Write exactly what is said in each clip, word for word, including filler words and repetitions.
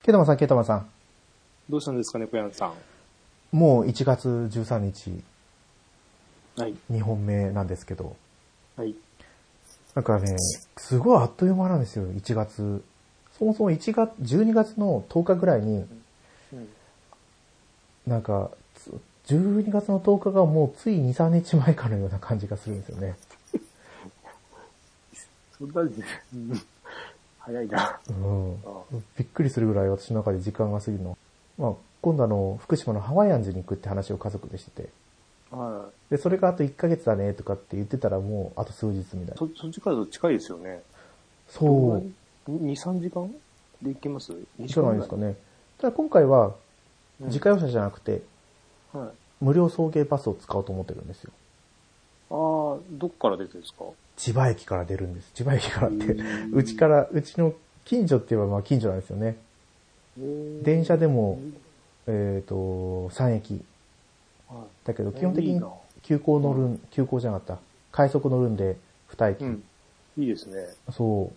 ケイタマンさん、ケイタマンさん。 どうしたんですかね、小山さん。 もういちがつじゅうさんにち、 はい。 にほんめなんですけど。 はい。 なんかね、すごいあっという間なんですよ、いちがつ。そもそもいちがつ、じゅうにがつのとおかぐらいに、 うん、 なんか、じゅうにがつのとおかがもうついに、さんにちまえかのような感じがするんですよね。 そんなに、うん、早いな。 うん。びっくりするぐらい私の中で時間が過ぎるの。まあ、今度あの、福島のハワイアンズに行くって話を家族でしてて。 はい。 で、それがあといっかげつだねとかって言ってたらもうあと数日みたいな。 そ、そっちからと近いですよね。 そう。 に、さんじかんで行けます？にじゃないですかね。ただ今回は、自家用車じゃなくて、 うん、はい。 無料送迎バスを使おうと思ってるんですよ。 ああ、どっから出てるんですか？ 千葉駅から出るんです。千葉駅からって、うちから、うちの近所って言えばまあ近所なんですよね。電車でも、えっと、さんえき。だけど基本的に急行乗るん、急行じゃなかった。快速乗るんでにえき。うん、 いいですね。 そう。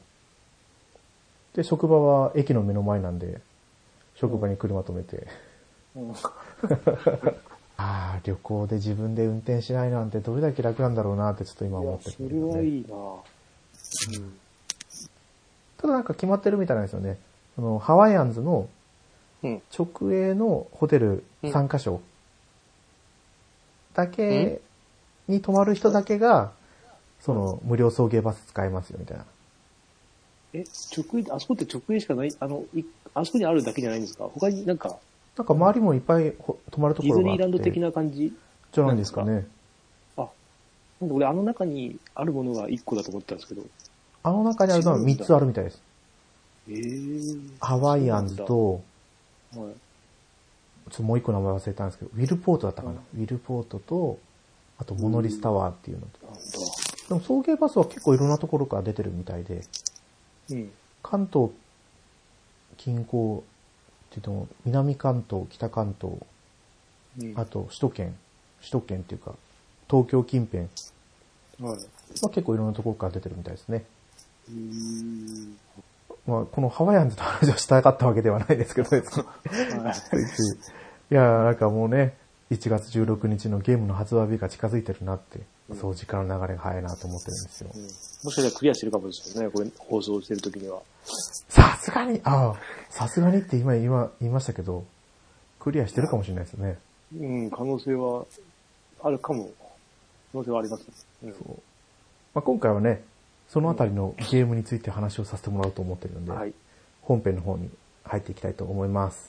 で、職場は駅の目の前なんで、職場に車止めて。うんうん、ああ、旅行で自分で運転しないなんてどれだけ楽なんだろうなってちょっと今思ってる、ね。 それはいいな、うん、 ただなんか決まってるみたいなんですよね。そのハワイアンズの直営のホテルさんかしょだけに泊まる人だけが、その無料送迎バス使えますよみたいな。 え、直営、あそこって直営しかない、あの、いあそこにあるだけじゃないんですか？他になんか。 なんか周りもいっぱい泊まるところがあって。ディズニーランド的な感じじゃないですかね。 あ、なんか俺あの中にあるものがいっこだと思ったんですけど。 あの中にあるのはみっつあるみたいです。 えー、 ハワイアンズと、はい、ちょっともう一個名前忘れたんですけど、ウィルポートだったかな、うん、ウィルポートと、あとモノリスタワーっていうのと。でも送迎バスは結構いろんなところから出てるみたいで、うん、関東近郊って言っても、南関東、北関東、うん、あと首都圏、首都圏っていうか、東京近辺、はい、まあ、結構いろんなところから出てるみたいですね。うーん、まあ、このハワイアンズの話をしたかったわけではないですけどですね。いやー、なんかもうね、いちがつじゅうろくにちのゲームの発売日が近づいてるなって、うん、そう時間の流れが早いなと思ってるんですよ。うん、もしかしたらクリアしてるかもしれないね、これ放送してる時には。 さすがに、ああ、さすがにって今、今言いましたけど、クリアしてるかもしれないですね。 うん、可能性はあるかも。可能性はあります、うん。そう。 まあ、今回はね、そのあたりのゲームについて話をさせてもらおうと思ってるので、はい、本編の方に入っていきたいと思います。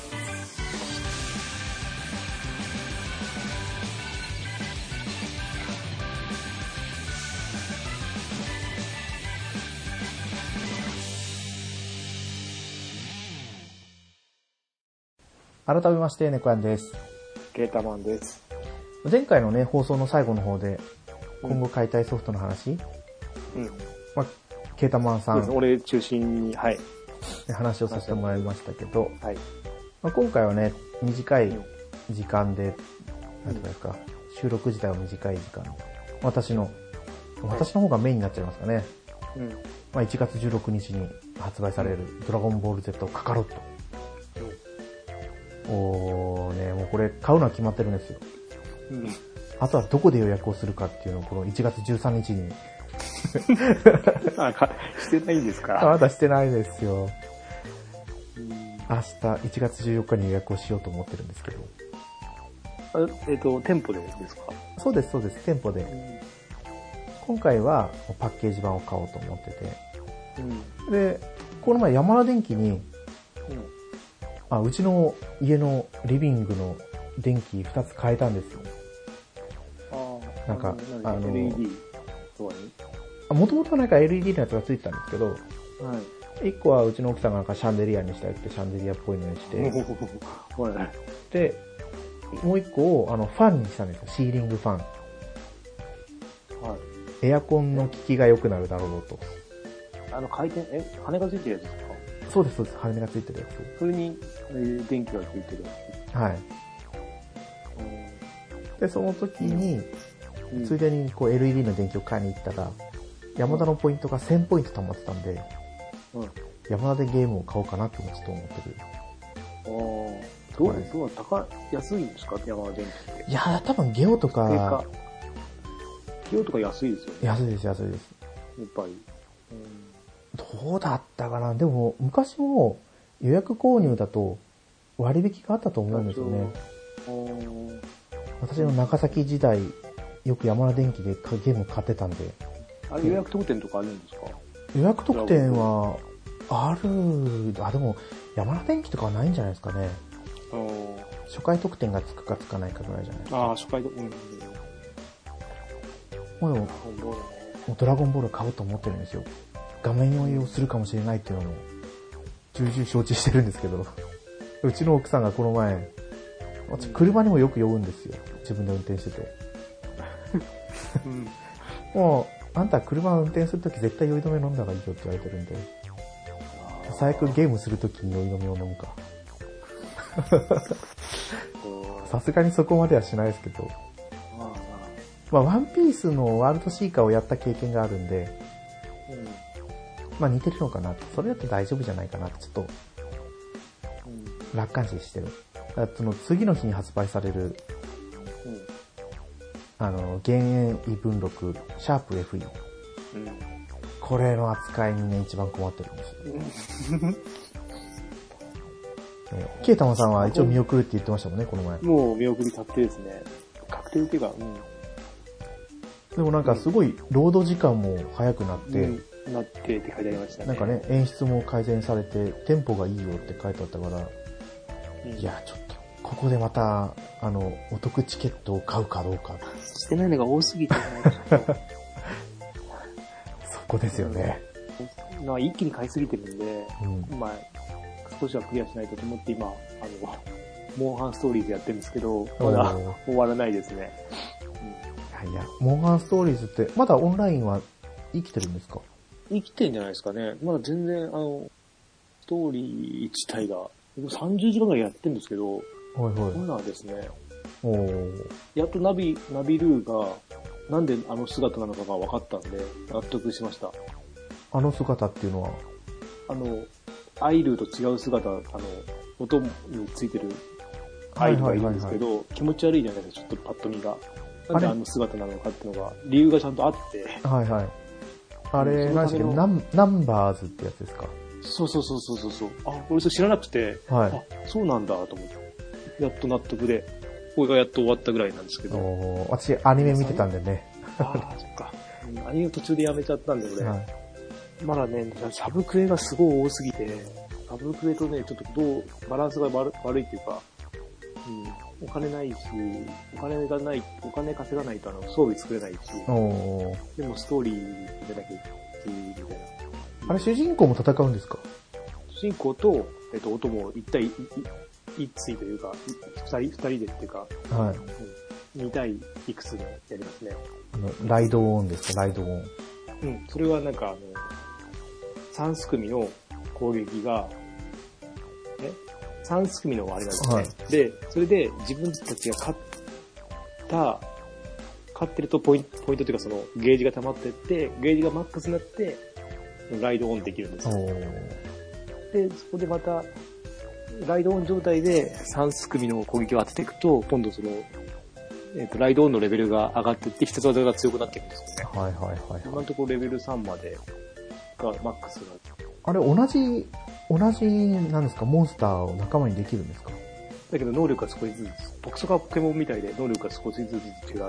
改めまして、猫やんです。 ケータマンです。 前回のね、放送の最後の方で、今後買いたいソフトの話、うん。まあ、ケータマンさん。 俺中心に、はい。 話をさせてもらいましたけど、はい。まあ、今回はね、短い時間で、うん、なんていうんですか、収録自体は短い時間で、私の、私の方がメインになっちゃいますかね。うん。まあ、いちがつじゅうろくにちに発売される、ドラゴンボール Z カカロット。おーね、もうこれ買うのは決まってるんですよ。うん、あとはどこで予約をするかっていうのをこのいちがつじゅうさんにちにあしてないんですか？ まだしてないですよ。うん、明日いちがつじゅうよっかに予約をしようと思ってるんですけど。 あえっ、ー、と店舗でですか？ そうですそうです、店舗で。うん、今回はパッケージ版を買おうと思ってて、うん、でこの前山田電機に、うんあうちの家のリビングの電気ふたつ変えたんですよ。ああ。なんか、あの、エルイーディー とはね。もともとはなんか エルイーディー のやつがついてたんですけど、はい。いっこはうちの奥さんがなんかシャンデリアにしたいってシャンデリアっぽいのにして、はい。で、もういっこをあのファンにしたんですよ。シーリングファン。はい。エアコンの効きが良くなるだろうと。 あの回転、え、羽がついてるやつですか？ そうです、そうです。羽がついてるやつ。 それに、えー、電気がついてるやつ。はい。 で、その時に、うん、ついでにこう エルイーディー の電気を買いに行ったら、ヤマダのポイントがせんポイント溜まってたんで、うん、 ヤマダでゲームを買おうかなってちょっと思ってる。 ああ。どう、どう、高い、安いんですかヤマダ電機って。 いやー、多分ゲオとか。 ゲオとか安いですよね。 安いです、安いです。 やっぱり。 うん、どうだったかな。でも、昔も予約購入だと割引があったと思うんですよね。私の長崎時代、よくヤマダ電機でゲーム買ってたんで。 あれ予約特典とかあるんですか？ 予約特典は、ある、あ、でも、ヤマダ電機とかはないんじゃないですかね。初回特典がつくかつかないかぐらいじゃないですか。 ああ、初回特典。 もうでも、もうドラゴンボール買おうと思ってるんですよ。画面酔いをするかもしれないっていうのも、重々承知してるんですけど、うちの奥さんがこの前、私車にもよく酔うんですよ。自分で運転してて。うん、もう、あんた車を運転するとき絶対酔い止め飲んだ方がいいよって言われてるんで、最悪ゲームするときに酔い止めを飲むか。さすがにそこまではしないですけど。まあ、ワンピースのワールドシーカーをやった経験があるんで、うん、まあ似てるのかな。それだと大丈夫じゃないかなってちょっと、楽観視してる。その次の日に発売される、うん、あの、減塩異分録、シャープ エフイー、うん。これの扱いにね、一番困ってるんですよ。えー、ケイタマさんは一応見送るって言ってましたもんね、この前。 もう見送り確定ですね。確定っていうか、うん。 でもなんかすごい、ロード時間も早くなって、 うん、なってって書いてありましたね。 なんかね、演出も改善されて、テンポがいいよって書いてあったから、うん、いや、ちょっと、ここでまた、あの、お得チケットを買うかどうか。 してないのが多すぎて、ね、 そこですよね。 まあ、一気に買いすぎてるんで、うん、まあ、少しはクリアしないとと思って今、あの、モンハンストーリーズやってるんですけど、まだ終わらないですね。 うん、いやいや、モンハンストーリーズって、まだオンラインは生きてるんですか？ 生きてるんじゃないですかね。まだ全然、あの、ストーリー自体が、さんじゅうじかんぐらいやってるんですけど、はいはい。今はですね、おやっとナビ、ナビルーが、なんであの姿なのかが分かったんで、納得しました。 あの姿っていうのはあの、アイルーと違う姿、あの、音についてるアイルーがいるんですけど、はいはいはいはい、気持ち悪いじゃないですか、ちょっとパッと見が。なんであの姿なのかっていうのが、理由がちゃんとあって。はいはい。 あれ、何ですか、ナン、ナンバーズってやつですか？ そうそうそうそうそう。あ、俺それ知らなくて、はい、あ、そうなんだと思って。やっと納得で、これがやっと終わったぐらいなんですけど。 お私、アニメ見てたんでね。 ああ、そっか。アニメ途中でやめちゃったんで、俺。はい、まだね、サブクエがすごい多すぎて、サブクエとね、ちょっとどう、バランスが悪、悪いっていうか、うん、お金ないし、お金がない、お金稼がないとあの装備作れないし、おでもストーリーでなきゃいけないみたいな。 あれ、主人公も戦うんですか？ 主人公と、えっと、音も一対一対というか、二人、二人でっていうか、はい。うん、二対いくつでやりますね。 あの、ライドオンですか？ライドオン。 うん、それはなんかあの、三すくみの攻撃が、え三すくみのあれなんですね、はい。で、それで自分たちが勝った、勝ってるとポイント、ポイントというかそのゲージが溜まってって、ゲージがマックスになって、ライドオンできるんですよ。で、そこでまた、ライドオン状態でさんすくみの攻撃を当てていくと、今度その、えっと、ライドオンのレベルが上がっていって、必殺技が強くなっていくんですよね。はいはいはい、はい。今のところレベルさんまでがマックスが。 あれ、同じ、同じ、なんですか、モンスターを仲間にできるんですか？ だけど能力が少しずつ、僕とかポケモンみたいで能力が少しずつ違って、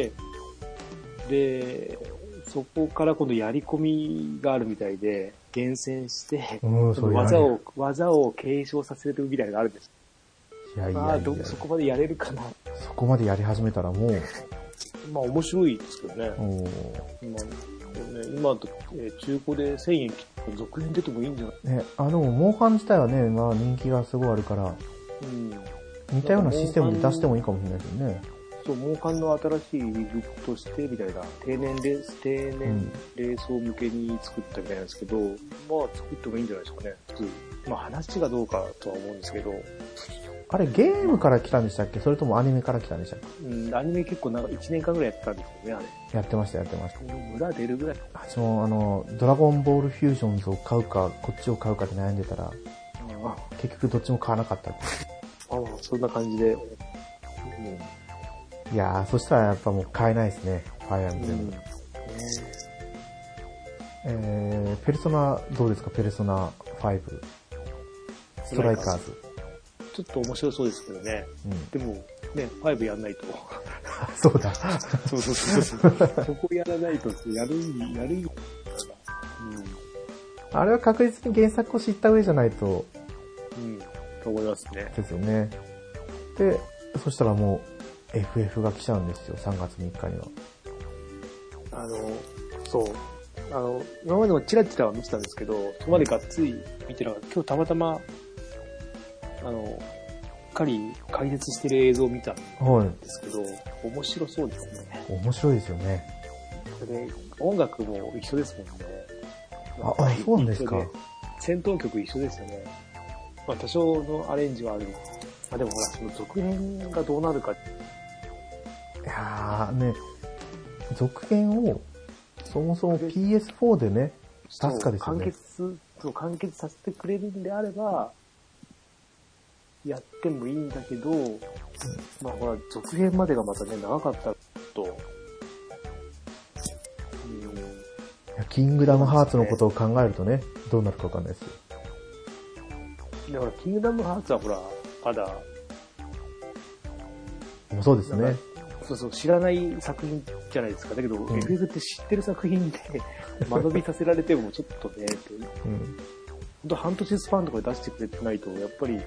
で、そこから今度やり込みがあるみたいで、厳選して、うん、そ技を、技を継承させるみたいなのがあるんです。いやいやいや、まあ、どそこまでやれるかな。 そこまでやり始めたらもう。 まあ面白いですけどね。今、ね、今と、えー、中古でせんえん切って続編出てもいいんじゃない？ ね、あ、でも、モンハン自体はね、まあ人気がすごいあるから、うん、似たようなシステムで出してもいいかもしれないですよね。 そう、モンハンの新しいリブとしてみたいな、低年齢、低年齢層向けに作ったみたいなんですけど、うん、まあ作ってもいいんじゃないですかね。普通。まあ話がどうかとは思うんですけど、 あれゲームから来たんでしたっけ？それともアニメから来たんでしたっけ？ うん、アニメ結構なんかいちねんかんぐらいやってたんですよね、あれ。 やってました、やってました。 村出るぐらい。 私もあの、ドラゴンボールフュージョンズを買うか、こっちを買うかで悩んでたら、 あ結局どっちも買わなかった。 あ、そんな感じで。うん、 いやー、そしたらやっぱもう買えないですね、ファイアーエムブレム。うんね、えー、ペルソナ、どうですか、ペルソナファイブ。ストライカーズ。 ちょっと面白そうですけどね。うん、でも、ね、ファイブやんないと。 そうだ。 そうそうそうそう。ここやらないと、やる意味、やる意味。うん。 あれは確実に原作を知った上じゃないと。 うん。と思いますね。 ですよね。で、そしたらもう、エフエフ が来ちゃうんですよ、さんがつみっかには。 あの、そう。あの、今までもチラチラは見てたんですけど、そこまでがっつり見てなかった。今日たまたま、あの、しっかり解説してる映像を見たんですけど、はい、面白そうですね。 面白いですよね。 で、音楽も一緒ですもんね。 あ、あ、そうなんですか。 戦闘曲一緒ですよね。まあ多少のアレンジはある。まあでもほら、その続編がどうなるか。いやーね、続編をそもそも ピーエスフォー でね、出すかですよね。 完結、そう、完結させてくれるんであれば、やってもいいんだけど、うん、まあほら、続編までがまたね、長かったと、うん、いやキングダムハーツのことを考えるとね、どうなるかわかんないですよ。 だから、キングダムハーツはほら、まだ、 そうですね。 そうそう、知らない作品じゃないですか。だけど、うん、エフエフ って知ってる作品で間延びさせられてもちょっとね、うん、本当半年スパンとかで出してくれてないと、やっぱり、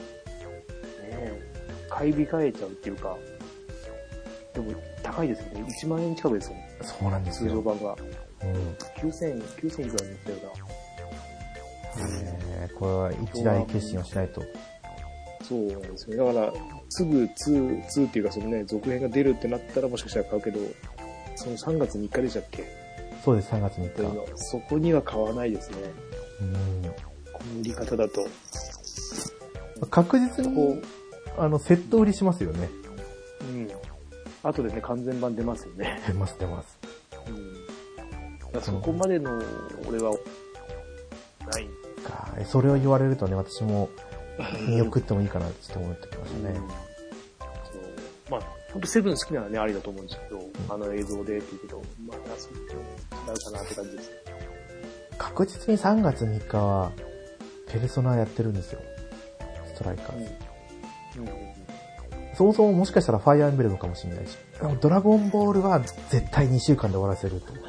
買い控えちゃうっていうか、でも高いですよね。いちまんえん近くですよね。 そうなんですよ。 通常版が。 うん、 きゅうせん、きゅうせんいくらになったような。えー、これは一大決心をしないと。 そうなんですよ。だから、すぐに、にっていうかそのね、続編が出るってなったらもしかしたら買うけど、そのさんがつみっかでしたっけ？ そうです、さんがつみっか。 そこには買わないですね。 うん。 この売り方だと。 確実に、あの、セット売りしますよね。 うん。あとでね、完全版出ますよね。 出ます、出ます。 うん。だそこまでの、俺は、ない。 か、それを言われるとね、私も、見送ってもいいかなってちょっと思ってきましたね。うん、そう。 まあ、ほんとセブン好きならね、ありだと思うんですけど、うん、あの映像でって言うけど、まあ、そっちも違うかなって感じです。 確実にさんがつみっかは、ペルソナやってるんですよ。ストライカーズ。うんうん、そもそももしかしたらファイアーエンブレムかもしれないし、ドラゴンボールは絶対にしゅうかんで終わらせると、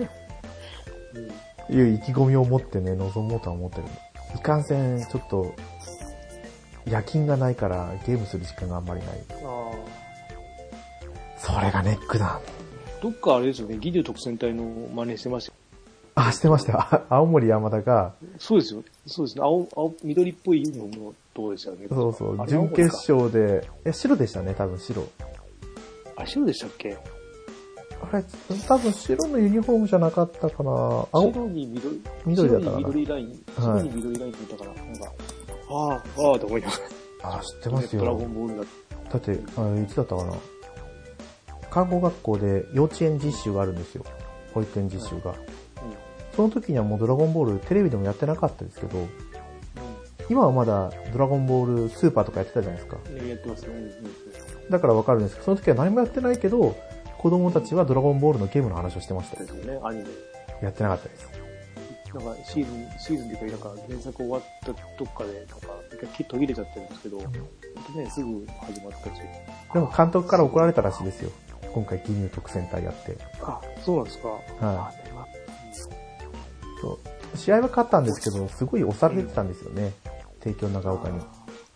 うん、いう意気込みを持ってね、臨もうとは思ってる。いかんせん、ちょっと、夜勤がないからゲームする時間があんまりない。あそれがネックだ。 どっかあれですよね、ギデュ特選隊の真似してました。 あ、してました。青森山田が。 そうですよ。そうですね。青、青、緑っぽいユニフォームのとこでしたよね。 そうそう。準決勝で、いや、白でしたね、多分白。 あ、白でしたっけ？ あれ、多分白のユニフォームじゃなかったかな。青白に緑、 緑だったかな。 白に緑ライン。白に緑ラインって言ったかな。なんか、ああ、ああ、と思いながら。 あ、知ってますよ。 ドラゴンボールだ。 だって、あれ、いつだったかな。看護学校で幼稚園実習があるんですよ。保育園実習が。はい、その時にはもうドラゴンボールテレビでもやってなかったですけど、うん、今はまだドラゴンボールスーパーとかやってたじゃないですか。 やってますね。 だからわかるんですけど、その時は何もやってないけど、子供たちはドラゴンボールのゲームの話をしてました。 ですよね、アニメ。 やってなかったです。 なんかシーズン、シーズンっていうか、なんか原作終わったどっかで、なんか一回途切れちゃってるんですけど、うん、本当ね、すぐ始まったし。 でも監督から怒られたらしいですよ。今回、ギニュー特選隊やって。 あ、そうなんですか。 はい。そう。試合は勝ったんですけど、すごい押されてたんですよね。帝京長岡に。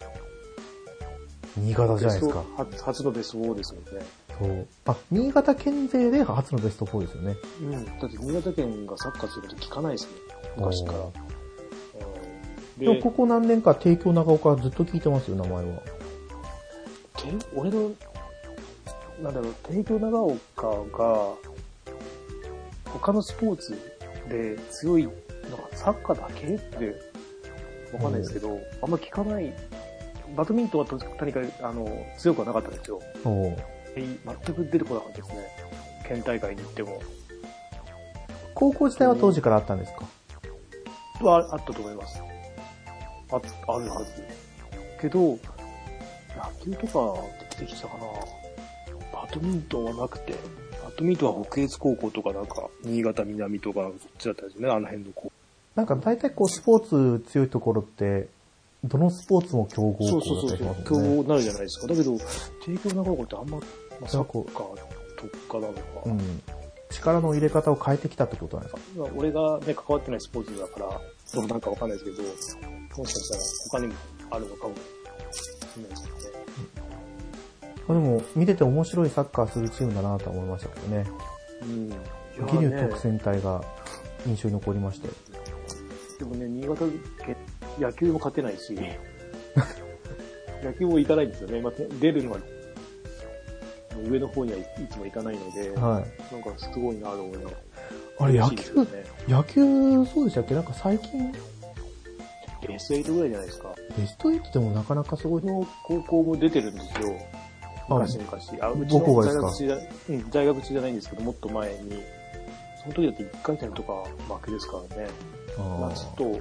新潟じゃないですか。 初, 初のベストフォーですよね。 そう。あ、新潟県勢で初のベストフォーですよね。 うん。だって新潟県がサッカーすること聞かないですね。昔から。 でもここ何年か帝京長岡ずっと聞いてますよ、名前は。 俺の、なんだろう、帝京長岡が、他のスポーツで強いのはサッカーだけってわかんないですけど、あんま聞かないバドミントンはとにかくあの強くはなかったんですよ。 お全く出てこなかったですね。県大会に行っても。 高校時代は当時からあったんですか？ はあったと思います。あ、あるはず。けど、野球とか出てきたかな。バドミントンはなくて、バドミントンは北越高校とかなんか、新潟南とかそっちだったんですよね、あの辺の高校。 なんか大体こうスポーツ強いところって、どのスポーツも強豪校だったりしますよね。そうそうそう、強豪になるじゃないですか。だけど、帝京長岡ってあんま、まあ、サッカー、特化なのか。 うん。力の入れ方を変えてきたってことなんですか？ 俺がね、関わってないスポーツだから、そうなんかわかんないですけど、もしかしたら他にもあるのかもしれないですよね。 うん、でも、見てて面白いサッカーするチームだなと思いましたけどね。うん。桐生特選隊が印象に残りまして。 でもね、新潟、野球も勝てないし、野球も行かないんですよね。まあ、出るのは、上の方にはいつも行かないので、はい、なんかすごいなと思いながら。 あれ、野球、ね、野球、そうでしたっけ？なんか最近、 ベストエイトぐらいじゃないですか。 ベストエイトでもなかなかすごい。 の高校も出てるんですよ。昔々。あ、うちの大学中じゃ、うん、大学中じゃないんですけど、もっと前に、その時だっていっかい戦とか負けですからね。夏と、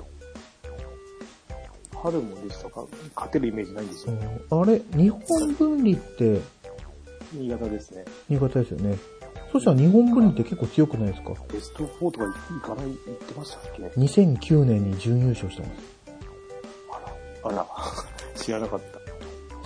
春もでしたか勝てるイメージないんですよ。 あれ、日本分離って、 新潟ですね。 新潟ですよね。そしたら日本分離って結構強くないですか？ ベストフォーとか行かない、行ってましたっけ？ にせんきゅうねんに準優勝してます。 あら、あら、知らなかった。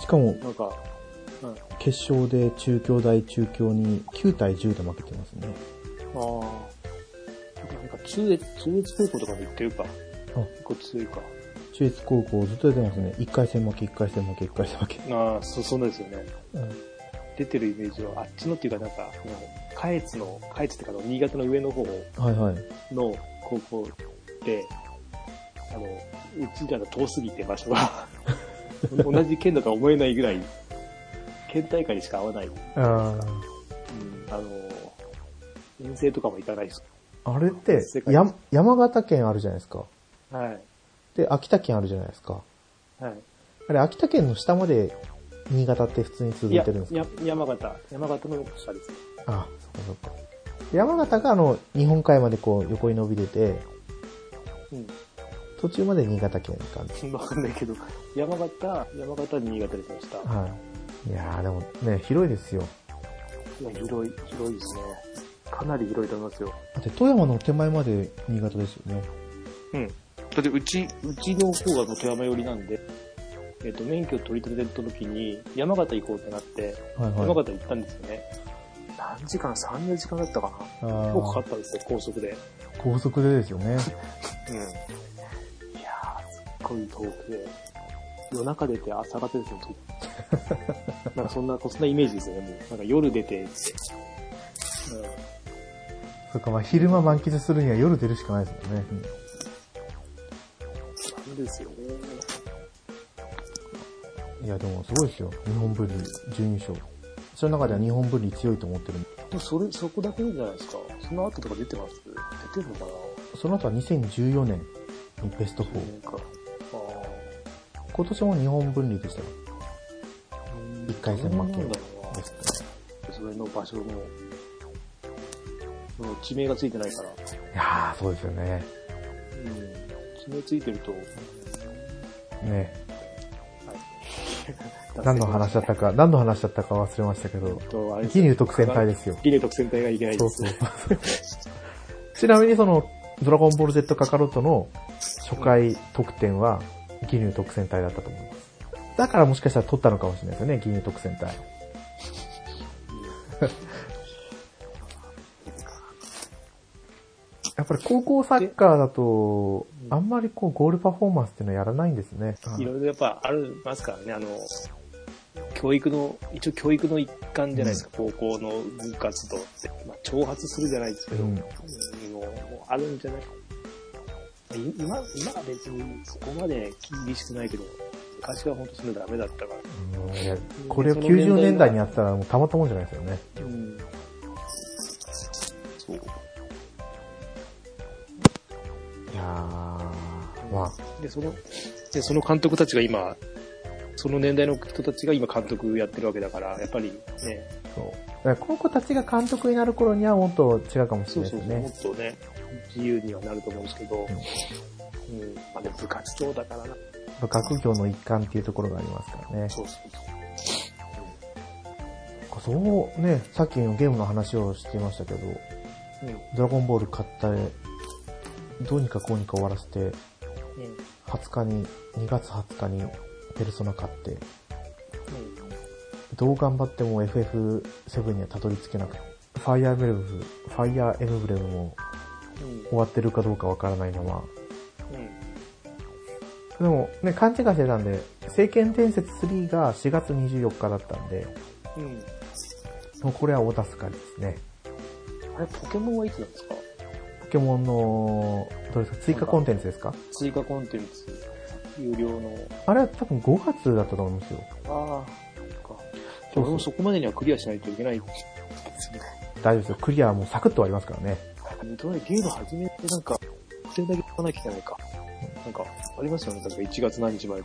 しかも、 なんか、 うん、決勝で中京大中京にきゅうたいじゅうで負けてますね。 ああ。なんか中越、中越高校とかで行ってるか。あ、結構強いか。 中越高校ずっと出てますね。いっかい戦負け、いっかい戦負け、いっかい戦負け。 ああ、そ、そんなですよね。うん。出てるイメージは、あっちのっていうかなんか、もう、下越の、下越っていうか、新潟の上の方の高校で、はいはい、あの、うちらが遠すぎて場所が、同じ県だとは思えないぐらい、県大会にしか合わない。あ、うん、あの、遠征とかも行かないです。 あれって、や、山形県あるじゃないですか。 はい。 で、秋田県あるじゃないですか。 はい。 あれ、秋田県の下まで、新潟って普通に続いてるんですか？ いや、山形。山形の下です。 ああ、そっかそっか。山形があの、日本海までこう、横に伸びてて、うん。途中まで新潟県か。 わかんないけど、山形、山形、新潟ですね、下。 はい。いやー、でもね、広いですよ。 いや、広い、広いですね。かなり広いと思いますよ。 だって富山の手前まで新潟ですよね。 うん。だってうち、うちの方が富山寄りなんで、えっと、免許取り立てた時に山形行こうってなって、はいはい、山形行ったんですよね。何時間 ?さん、よじかんだったかな。結構かかったんですよ、高速で。 高速でですよね。うん。いやー、すっごい遠くで。夜中出て朝方ですね、なんかそんな、そんなイメージですよね、もう。なんか夜出てって。うん。 そっか、まあ昼間満喫するには夜出るしかないですもんね。 そうですよね。 いや、でもすごいですよ。日本分離準優勝。その中では日本分離強いと思ってる。 でもそれ、そこだけじゃないですか。その後とか出てます？出てるのかな？ その後はにせんじゅうよねんにベストフォー。かあ今年も日本分離でしたよ。いっかい戦負けです。 それの場所の、その地名がついてないから。いやー、そうですよね。 うん。地名ついてると。 ね何の話だったか、何の話だったか忘れましたけど、桐生特選隊ですよ。 桐生特選隊がいけないです。そうそう。 ちなみにその、ドラゴンボール Z カカロットの初回得点は、桐生特選隊だったと思います。だからもしかしたら取ったのかもしれないですよね、桐生特選隊。やっぱり高校サッカーだと、あんまりこうゴールパフォーマンスっていうのはやらないんですね。 いろいろやっぱありますからね、あの、教育の、一応教育の一環じゃないですか、うん、高校の部活動って。まあ、挑発するじゃないですけど、うん、もうもうあるんじゃない今、今は別にそこまで厳しくないけど、昔は本当それダメだったから。 うん、いやこれをきゅうじゅうねんだいにやったらもうたまったもんじゃないですよね。うん。そう。いやー、まあ。 で、その、で、その監督たちが今、 その年代の人たちが今監督やってるわけだから、やっぱりね。 そう。だからこの子たちが監督になる頃にはもっと違うかもしれないですね。そうそうそう、 もっとね、自由にはなると思うんですけど、うん。うん、まあでも部活動だからな。 学業の一環っていうところがありますからね。 そうそうそう。そうね、さっきのゲームの話をしていましたけど、うん、ドラゴンボール買った、どうにかこうにか終わらせて、うん、はつかに、にがつはつかにペルソナ買って、うん、どう頑張っても エフエフセブン にはたどり着けなくて、ファイアーエムブレム、ファイアーエムブレムも終わってるかどうかわからないまま、うん、でもね、勘違いしてたんで、聖剣伝説スリーがしがつにじゅうよっかだったんで、うん、もうこれは大助かりですね。 あれ、ポケモンはいつなんですか？ ポケモンの、どうですか、追加コンテンツですか？ 追加コンテンツ、有料の。 あれは多分ごがつだったと思うんですよ。 ああ、そっか。俺もそこまでにはクリアしないといけないですね。 大丈夫ですよ。クリアはもうサクッと終わりますからね。 どうやゲーム始めてなんか、それだけ買わなきゃいけないか。うん、なんか、ありますよね。確かいちがつ何日までって。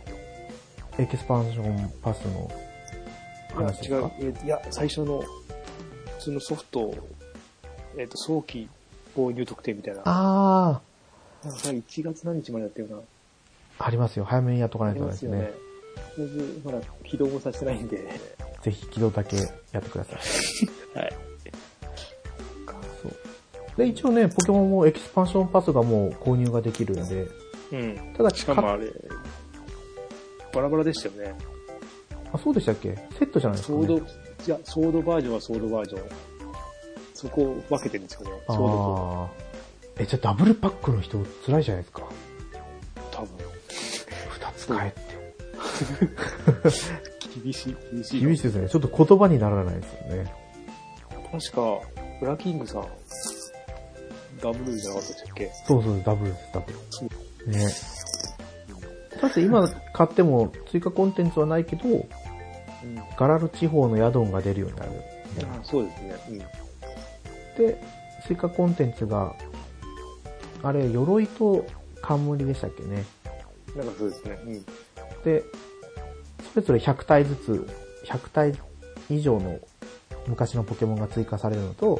エキスパンションパスの話ですか？ いや、違う。いや、最初の、普通のソフト、えっ、ー、と、早期購入特典みたいな。 ああ。なんかいちがつ何日までやってるな。 ありますよ。早めにやっとかないとですね。ありますよね。とりあえず、まだ起動もさせてないんで。 ぜひ起動だけやってください。 はい。 そう。で、一応ね、ポケモンもエキスパンションパスがもう購入ができるんで。 うん。ただ、しかもあれ、バラバラでしたよね。 あ、そうでしたっけ？セットじゃないですか、ね。 ソード、いや、ソードバージョンはソードバージョン。そこを分けてるんですよね。ソードと。 え、じゃあダブルパックの人辛いじゃないですか。 多分。 二つ買えって。 厳しい、厳しい。 厳しいですね。ちょっと言葉にならないですよね。 確か、ブラキングさん、ダブルじゃなかったでしたっけ？ そうそう、ダブルです、ダブル。ね。だって今買っても追加コンテンツはないけど、うん、ガラル地方のヤドンが出るようになる、ね。 あ、そうですね。うん、 で、追加コンテンツが、あれ、鎧と冠でしたっけね。 なんかそうですね。うん、 で、それぞれひゃくたいずつ、ひゃくたい以上の昔のポケモンが追加されるのと、うん、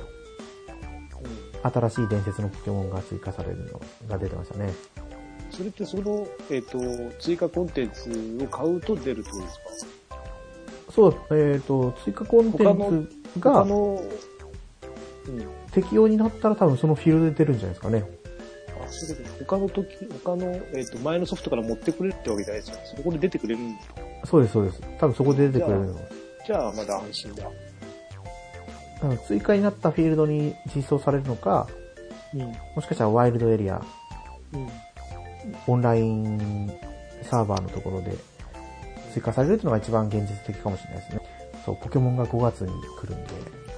新しい伝説のポケモンが追加されるのが出てましたね。 それってその、えっ、ー、と、追加コンテンツを買うと出るってことですか？ そう、えっ、ー、と、追加コンテンツが、他の、うん、適用になったら多分そのフィールドで出るんじゃないですかね。 あ、そういうことです。他の時、他の、えっ、ー、と、前のソフトから持ってくれるってわけじゃないですよ。そこで出てくれる。 そうです、そうです。多分そこで出てくれるの。 じゃあ、まだ安心だ。 追加になったフィールドに実装されるのか、うん、もしかしたらワイルドエリア、うん、オンラインサーバーのところで追加されるっていうのが一番現実的かもしれないですね。そう、ポケモンがごがつに来るんで、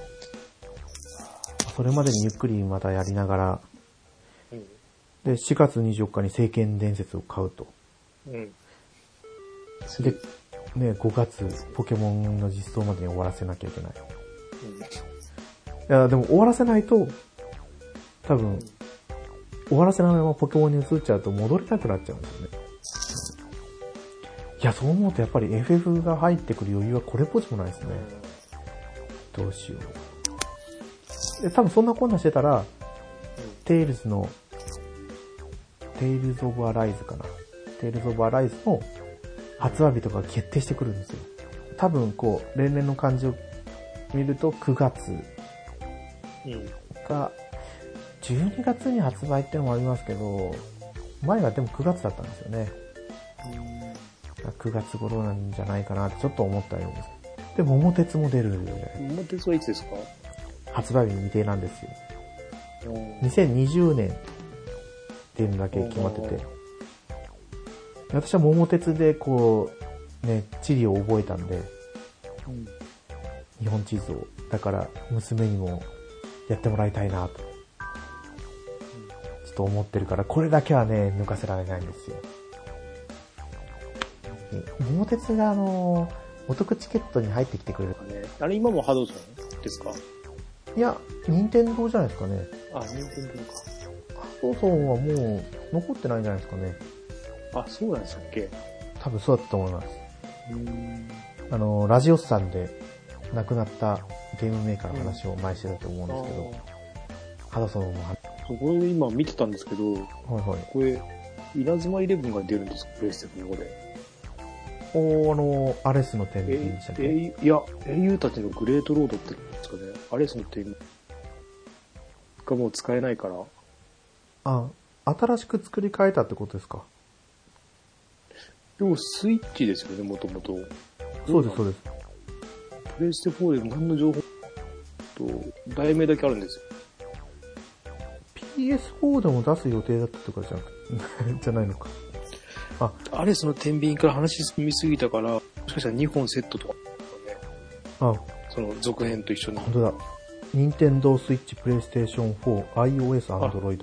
それまでにゆっくりまたやりながら、うん、で、しがつにじゅうよっかに聖剣伝説を買うと。うん、で、ね、ごがつポケモンの実装までに終わらせなきゃいけない。うん、いや、でも終わらせないと、多分、うん終わらせないままポケモンに移っちゃうと戻れなくなっちゃうんですよね。いや、そう思うとやっぱり エフエフ が入ってくる余裕はこれっぽっちもないですね。どうしよう。で、多分そんなこんなしてたら、テイルズの、テイルズ・オブ・アライズかな。テイルズ・オブ・アライズの発売日とか決定してくるんですよ。多分こう、例年の感じを見るとくがつが、じゅうにがつに発売ってのもありますけど、前がでもくがつだったんですよね。くがつ頃なんじゃないかなってちょっと思ったようです。で、桃鉄も出る。 桃鉄はいつですか？ 発売日未定なんですよ。にせんにじゅうねんっていうのだけ決まってて。私は桃鉄でこう、ね、地理を覚えたんで、うん、日本地図を。だから娘にもやってもらいたいなと。と思ってるから、これだけはね、抜かせられないんですよ。桃鉄があの、お得チケットに入ってきてくれるかね。 あれ今もハドソンですか？ いや、任天堂じゃないですかね。 あ、任天堂か。 ハドソンはもう残ってないんじゃないですかね。 あ、そうなんでしたっけ？ 多分そうだったと思います。 うん。 あの、ラジオスさんで亡くなったゲームメーカーの話を前してたと思うんですけど、うん、ハドソンの話。 これ今見てたんですけど、はいはい。 これ、稲妻イレブンが出るんですか、プレイステの方で。 おー、あの、アレスの天秤でしたっけ？ え、え、いや、英雄たちのグレートロードって言うんですかね。アレスの天秤がもう使えないから。 あ、新しく作り変えたってことですか？ でもスイッチですよね、もともと。 そうです、そうです。 プレイステフォーで何の情報と、題名だけあるんですよ。 ピーエスフォー でも出す予定だったとかじゃなくじゃないのか。 あ、アレスの天秤から話進みすぎたから、もしかしたらにほんセットとか、ね。 あ、 その続編と一緒に。 本当だ。任天堂スイッチ、プレイステーションフォー、iOS、Android。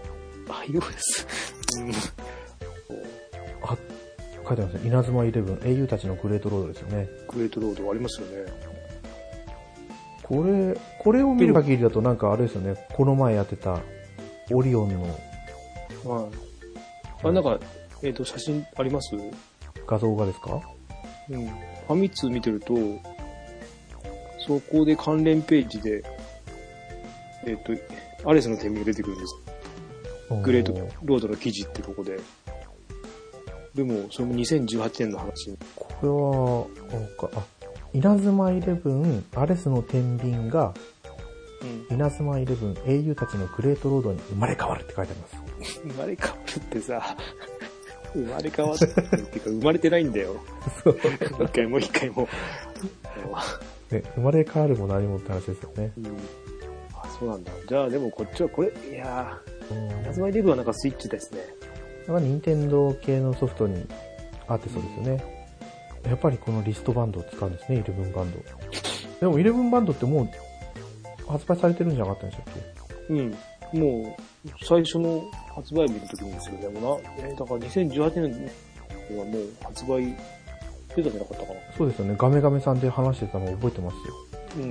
iOS。うん。 あ、書いてますね。稲妻イレブン、英雄たちのグレートロードですよね。 グレートロードありますよね。 これ、これを見る限りだとなんかあれですよね。この前やってた、オリオンの。 はい。あ、なんか、えっと、写真あります？ 画像がですか？ うん。ファミ通見てると、そこで関連ページで、えっと、アレスの天秤が出てくるんです。グレートロードの記事ってとこで。でも、それもにせんじゅうはちねんの話。 これは、あ、あ稲妻イレブン、アレスの天秤が、うん、稲妻イレブン、英雄たちのグレートロードに生まれ変わるって書いてあります。 生まれ変わるってさ、生まれ変わってっていうか、生まれてないんだよ。そう。一回も一回も。 ね、生まれ変わるも何もって話ですよね。 うん。あ、そうなんだ。じゃあ、でもこっちはこれ、いやー、稲妻イレブンはなんかスイッチですね。 なんか任天堂系のソフトにあってそうですよね。うん、やっぱりこのリストバンドを使うんですね、イレブンバンド。でもイレブンバンドってもう発売されてるんじゃなかったんでしたっけ？うん。もう、最初の発売日の時にですよね。でもな、えー、だからにせんじゅうはちねんにはもう発売出たんじゃなかったかな。 そうですよね。ガメガメさんで話してたのを覚えてますよ。 うん。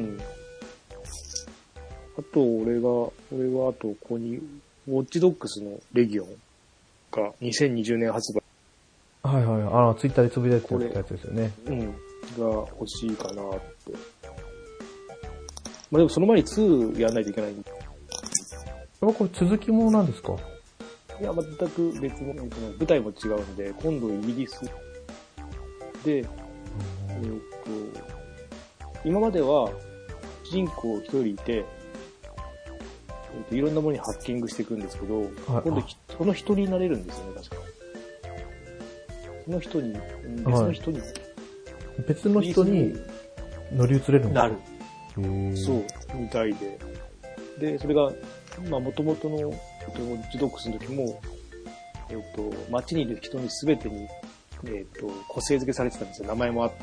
あと、俺が、俺はあと、ここに、ウォッチドックスのレギオンがにせんにじゅうねん発売。 はいはい。あの、ツイッターでつぶやいてたやつですよね。 うん。が欲しいかなって。まあでもその前ににやらないといけないんで。 これ続きものなんですか？ いや、全く別の、舞台も違うんで、今度イギリスで、えっと、今までは主人公一人いて、えっと、いろんなものにハッキングしていくんですけど、はい、今度その一人になれるんですよね、確か。その人に、別の人に、はい、 別の人に乗り移れるのなる。そう、みたいで。で、それが、まあ、元々の、えっと、ジドックスの時も、えっと、街にいる人に全てに、えっと、個性付けされてたんですよ。名前もあって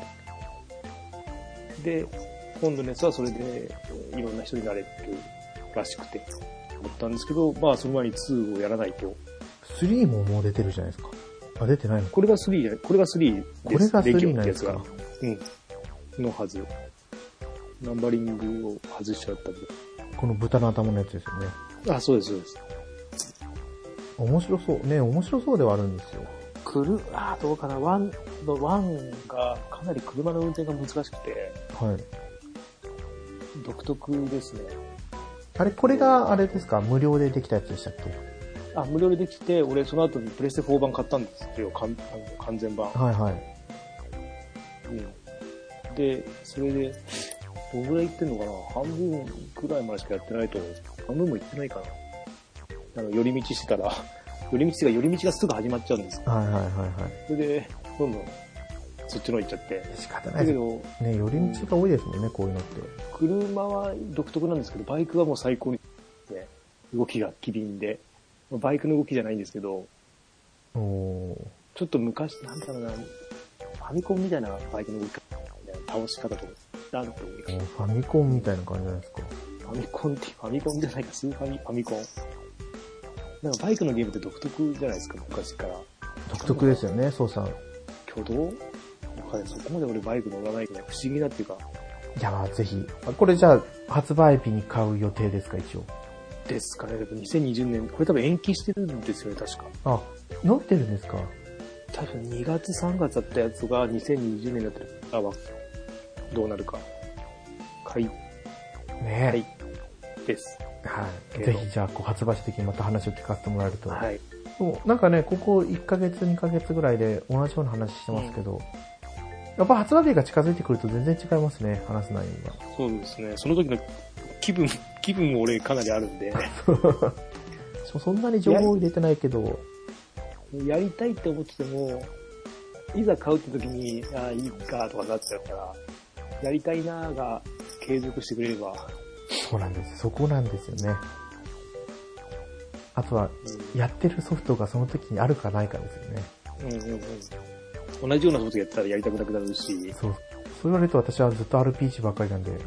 。で、今度のやつはそれで、いろんな人になれるらしくて、思ったんですけど、まあ、その前ににをやらないと。 スリーももう出てるじゃないですか。あ、出てないの？ これがスリー、これがスリーです。 これがスリーなんですか？ うん。のはず。ナンバリングを外しちゃったんで。 この豚の頭のやつですよね。 あ、そうです、そうです。 面白そう。ね、面白そうではあるんですよ。 くる、あ、どうかな、ワンの、ワンがかなり車の運転が難しくて。 はい。 独特ですね。 あれ、これがあれですか？無料でできたやつでしたっけ？ あ、無料でできて、俺その後にプレステフォー版買ったんですよ、完完全版。 はいはい。 うん。で、それで、どのぐらいいってんのかな？半分くらいまでしかやってないと思うんですけど、半分もいってないかな。あの、寄り道してたら、寄り道が、寄り道がすぐ始まっちゃうんですよ。 はいはいはいはい。 それで、どんどん、そっちの方行っちゃって。 仕方ないですけど、ね、寄り道が多いですもんね、こういうのって。 車は独特なんですけど、バイクはもう最高に、ね、動きが機敏で、バイクの動きじゃないんですけど、 おちょっと昔、なんだろうな、ファミコンみたいなバイクの動き方、倒し方とか、なんていうか。 ファミコンみたいな感じじゃないですか。 ファミコンって、ファミコンじゃないか、スーファミ、ファミコン。なんかバイクのゲームって独特じゃないですか、昔から。 独特ですよね、操作。 挙動なんかね、そこまで俺バイク乗らないけど、不思議なっていうか。 いやー、ぜひ。これじゃあ、発売日に買う予定ですか、一応。 ですかね。にせんにじゅうねん、これ多分延期してるんですよね、確か。 あ、乗ってるんですか？ 多分にがつさんがつだったやつがにせんにじゅうねんだったら、あ、どうなるか。買い、 ねはい。です。 はい。ぜひじゃあ、こう発売した時にまた話を聞かせてもらえると。 はい。 そうなんかね、ここいっかげつ、にかげつぐらいで同じような話してますけど、うん、やっぱ発売日が近づいてくると全然違いますね、話す内容が。 そうですね。その時の気分、気分も俺かなりあるんで。 そんなに情報を入れてないけど。 やりたいって思ってても、いざ買うって時に、ああ、いいかとかなっちゃうから、やりたいなーが継続してくれれば。 そうなんです。そこなんですよね。あとは、うん、やってるソフトがその時にあるかないかですよね。 うんうんうん。同じようなソフトやったらやりたくなくなるし。 そう。そう言われると私はずっと アールピージー ばっかりなんで、うん、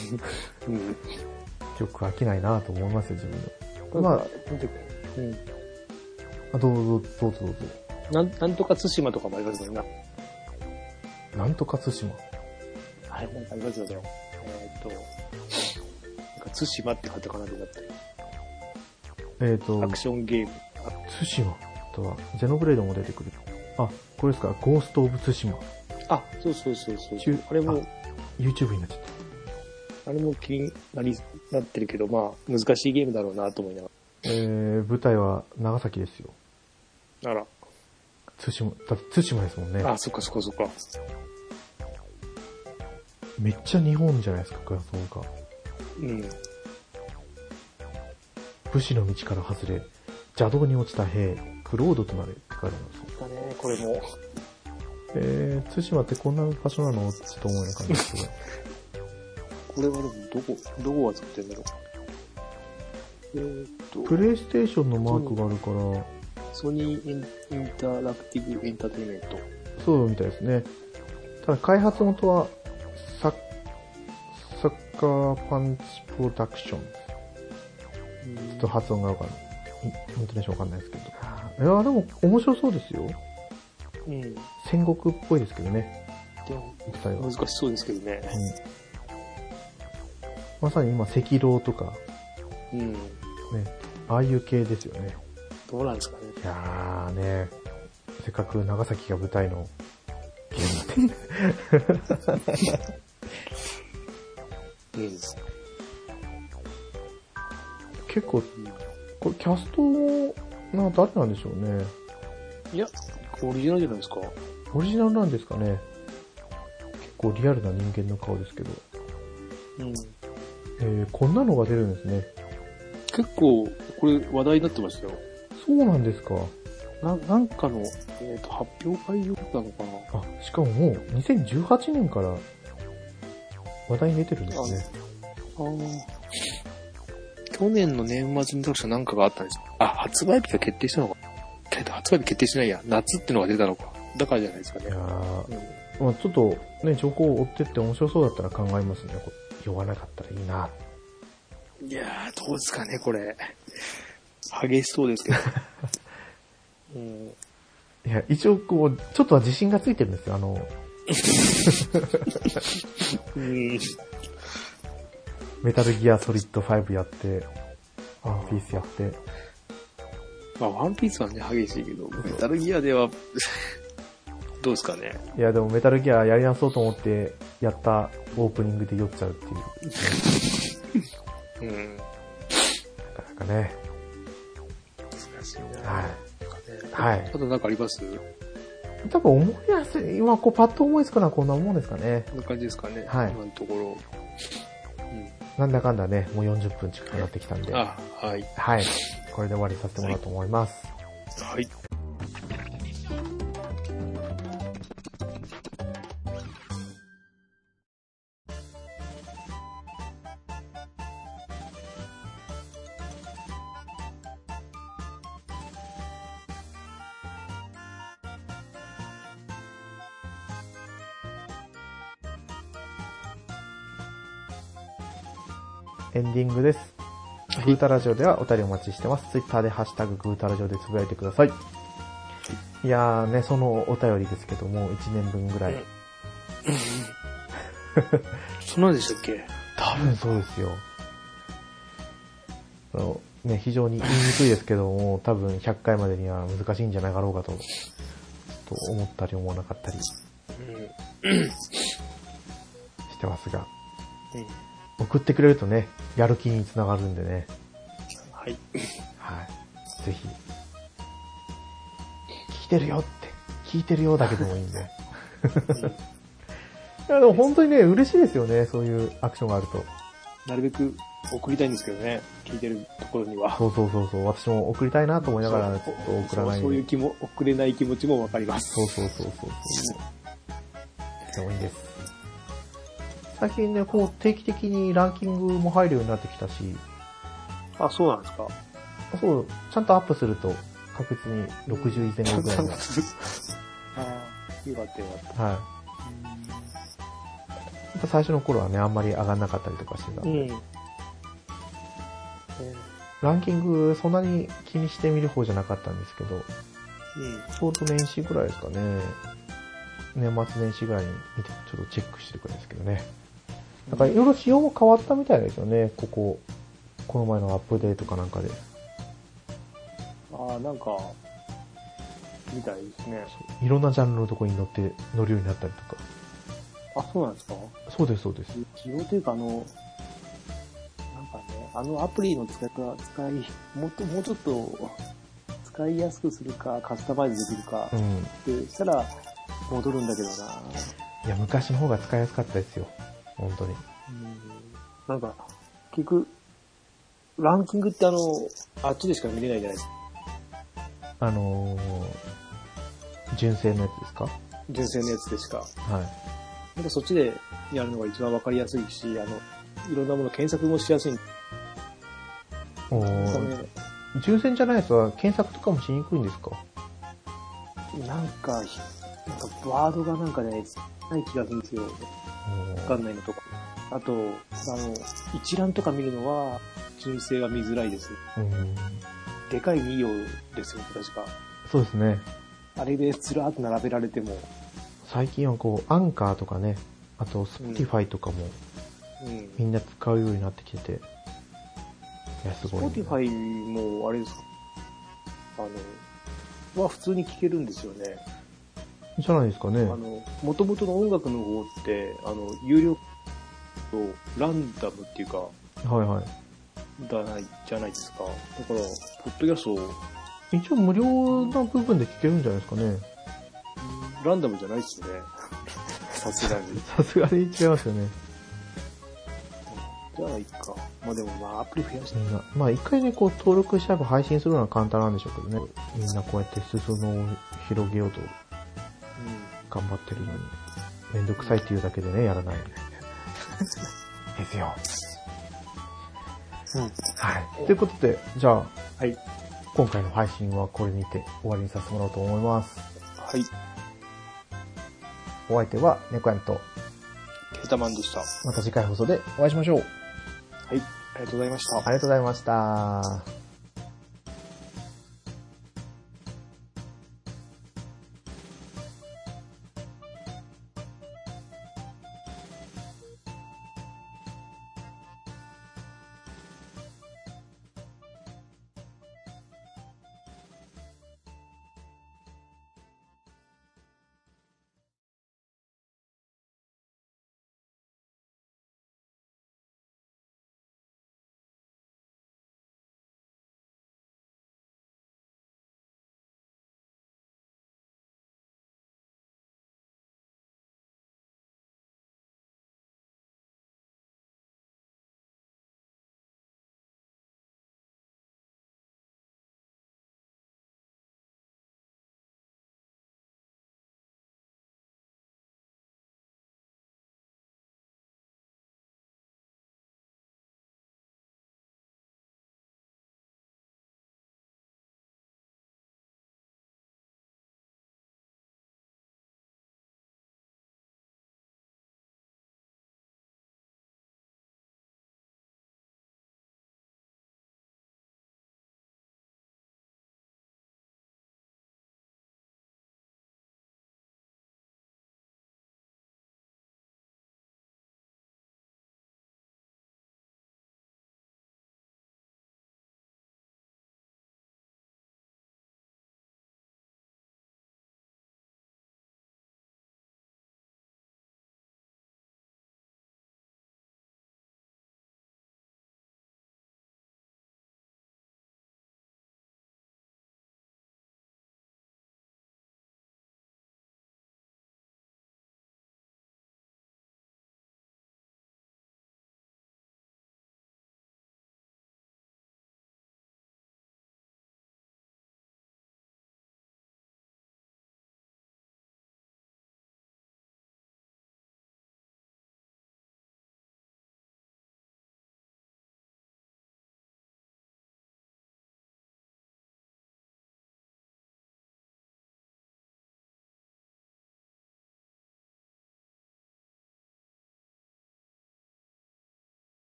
よく飽きないなと思いますよ、自分で。まあ、うん。あ、どうぞ、どうぞ、どうぞ。 なん、なんとか対馬とかもありますもんな。 なんとか対馬。 はい、なんかありますよね。えー、っと、なんか対馬ってカタカナでなってる。 えー、っと、 アクションゲーム。 対馬とは、ゼノブレードも出てくる。あ、これですか、ゴースト・オブ・対馬。 あ、そうそうそうそう。あれも、 YouTube になっちゃった。 あれも気になり、なってるけど、まあ、難しいゲームだろうなと思いながら。 えー、舞台は長崎ですよ。 あら。 対馬、だって対馬ですもんね。 あ、そっかそっかそっか。 めっちゃ日本じゃないですか、画像が。 うん。 武士の道から外れ、邪道に落ちた兵、クロードとなれって書いてあります。 だね、これも。 えー、対馬ってこんな場所なのってちょっと思うような感じですけど。 これはでもどこ、どこが作ってんだろう。えー、っと。 プレイステーションのマークがあるから。 ソニーインタラクティブエンターテインメント。 そうみたいですね。ただ開発元は、サッ、サッカーパンチプロダクション。ちょっと発音がわかんない。イントネーションわかんないですけど。いやでも面白そうですよ。 うん。 戦国っぽいですけどね。 でも、難しそうですけどね。うん、 まさに今、赤狼とか。 うん。 ね。ああいう系ですよね。 どうなんですかね。 いやーね、せっかく長崎が舞台のゲームで。 いいです。 結構、これキャストな誰なんでしょうね。 いや、オリジナルじゃないですか。 オリジナルなんですかね。結構リアルな人間の顔ですけど。 うん。 えー、こんなのが出るんですね。 結構、これ話題になってましたよ。 そうなんですか。 な、なんかの、えっと、発表会用だったのかな。 あ、しかももうにせんじゅうはちねんから話題に出てるんですね。 ああ。去年の年末に確かなんかがあったんですよ。あ、発売日が決定したのか。けど発売日決定しないや。夏ってのが出たのか。だからじゃないですかね。いやー、 うん、まあちょっとね、情報を追ってって面白そうだったら考えますね。酔わなかったらいいな。 いやー、どうですかね、これ。激しそうですけど。うん、 いや、一応こう、ちょっとは自信がついてるんですよ、あの、うん、メタルギアソリッドファイブやって、ワンピースやって。 まあ、ワンピースはね、激しいけど、メタルギアでは、どうですかね。いや、でもメタルギアやり直そうと思って、やったオープニングで酔っちゃうっていう。うん。なかなかね。 難しいな。 はい。はい。 あとなんかあります？ 多分思いやすい。今こうパッと思いつくのはこんなもんですかね。 こんな感じですかね。 はい。 今のところ。 うん、なんだかんだね、もうよんじゅっぷん近くなってきたんで。 あ、はい。 はい。これで終わりさせてもらおうと思います。 はい。はいエンディングです。グータラジオではお便りお待ちしてます。ツイッターでハッシュタググータラジオでつぶやいてください。いやーね、そのお便りですけども、いちねんぶんぐらい。うん、 そんなんでしたっけ？ 多分そうですよ。あのね、非常に言いにくいですけども、多分ひゃっかいまでには難しいんじゃないかろうかとと思ったり思わなかったりしてますが、 うん、 送ってくれるとね、やる気につながるんでね。 はい。 はい。ぜひ、聞いてるよって、聞いてるよだけでもいいんで。うんいやでも本当にね、嬉しいですよね、そういうアクションがあると。 なるべく送りたいんですけどね、聞いてるところには。 そうそうそうそう、私も送りたいなと思いながら、ちょっと送らない。 そう、そういう気も、送れない気持ちもわかります。 そうそうそうそうそう。でもいいです。最近ね、こう定期的にランキングも入るようになってきたし。 あ、そうなんですか。 そう、ちゃんとアップすると確実にろくじゅういぜん後ぐらいになる。 ああ、よかったよかった。 はい。最初の頃はね、あんまり上がんなかったりとかしてたんで、うん、ランキングそんなに気にしてみる方じゃなかったんですけど、うん、ちょうど年始ぐらいですかね、年末年始ぐらいに見てちょっとチェックしてるくらいですけどね。なんかいろいろ仕様も変わったみたいですよね、ここ、この前のアップデートかなんかで。 ああ、なんか、みたいですね。 いろんなジャンルのところに乗って、乗るようになったりとか。 あ、そうなんですか？ そうです、そうです。 仕様というか、あの、なんかね、あのアプリの使い方、使い、もっと、もうちょっと、使いやすくするか、カスタマイズできるか、うん。で、したら、戻るんだけどな。 いや、昔の方が使いやすかったですよ。本当に。うん。 なんか、結局、ランキングってあの、あっちでしか見れないじゃないですか。あのー、純正のやつですか？ 純正のやつでしか。 はい。 なんかそっちでやるのが一番わかりやすいし、あの、いろんなもの検索もしやすい。 おー。純正じゃないやつは検索とかもしにくいんですか？ なんか、なんかワードがなんかね、ない気がするんですよ。わかんないのとか。あと、あの、一覧とか見るのは、純正が見づらいです。うん。でかいに行ですよ、確か。 そうですね。 あれでずらーっと並べられても。 最近はこう、アンカーとかね、あと、スポティファイとかも、うん、みんな使うようになってきてて、いや、すごい、ね。 スポティファイも、あれですか、あの、は普通に聴けるんですよね。 じゃないですかね。あの、元々の音楽の方って、あの、有料とランダムっていうか、 はいはい。 だない、じゃないですか。だから、ポッドキャストを、 一応無料な部分で聴けるんじゃないですかね。 ランダムじゃないですよね。さすがに。 さすがに違いますよね。 じゃあいいか。まあでもまあアプリ増やしてみんな。まあ一回ね、こう登録しちゃえば配信するのは簡単なんでしょうけどね。みんなこうやって裾野を広げようと頑張ってるのに、めんどくさいっていうだけでね、やらない。ですよ。うん。はい。ということで、じゃあ、 はい。 今回の配信はこれにて終わりにさせてもらおうと思います。 はい。 お相手は猫やんとケータマンでした。 また次回放送でお会いしましょう。 はい。ありがとうございました。 ありがとうございました。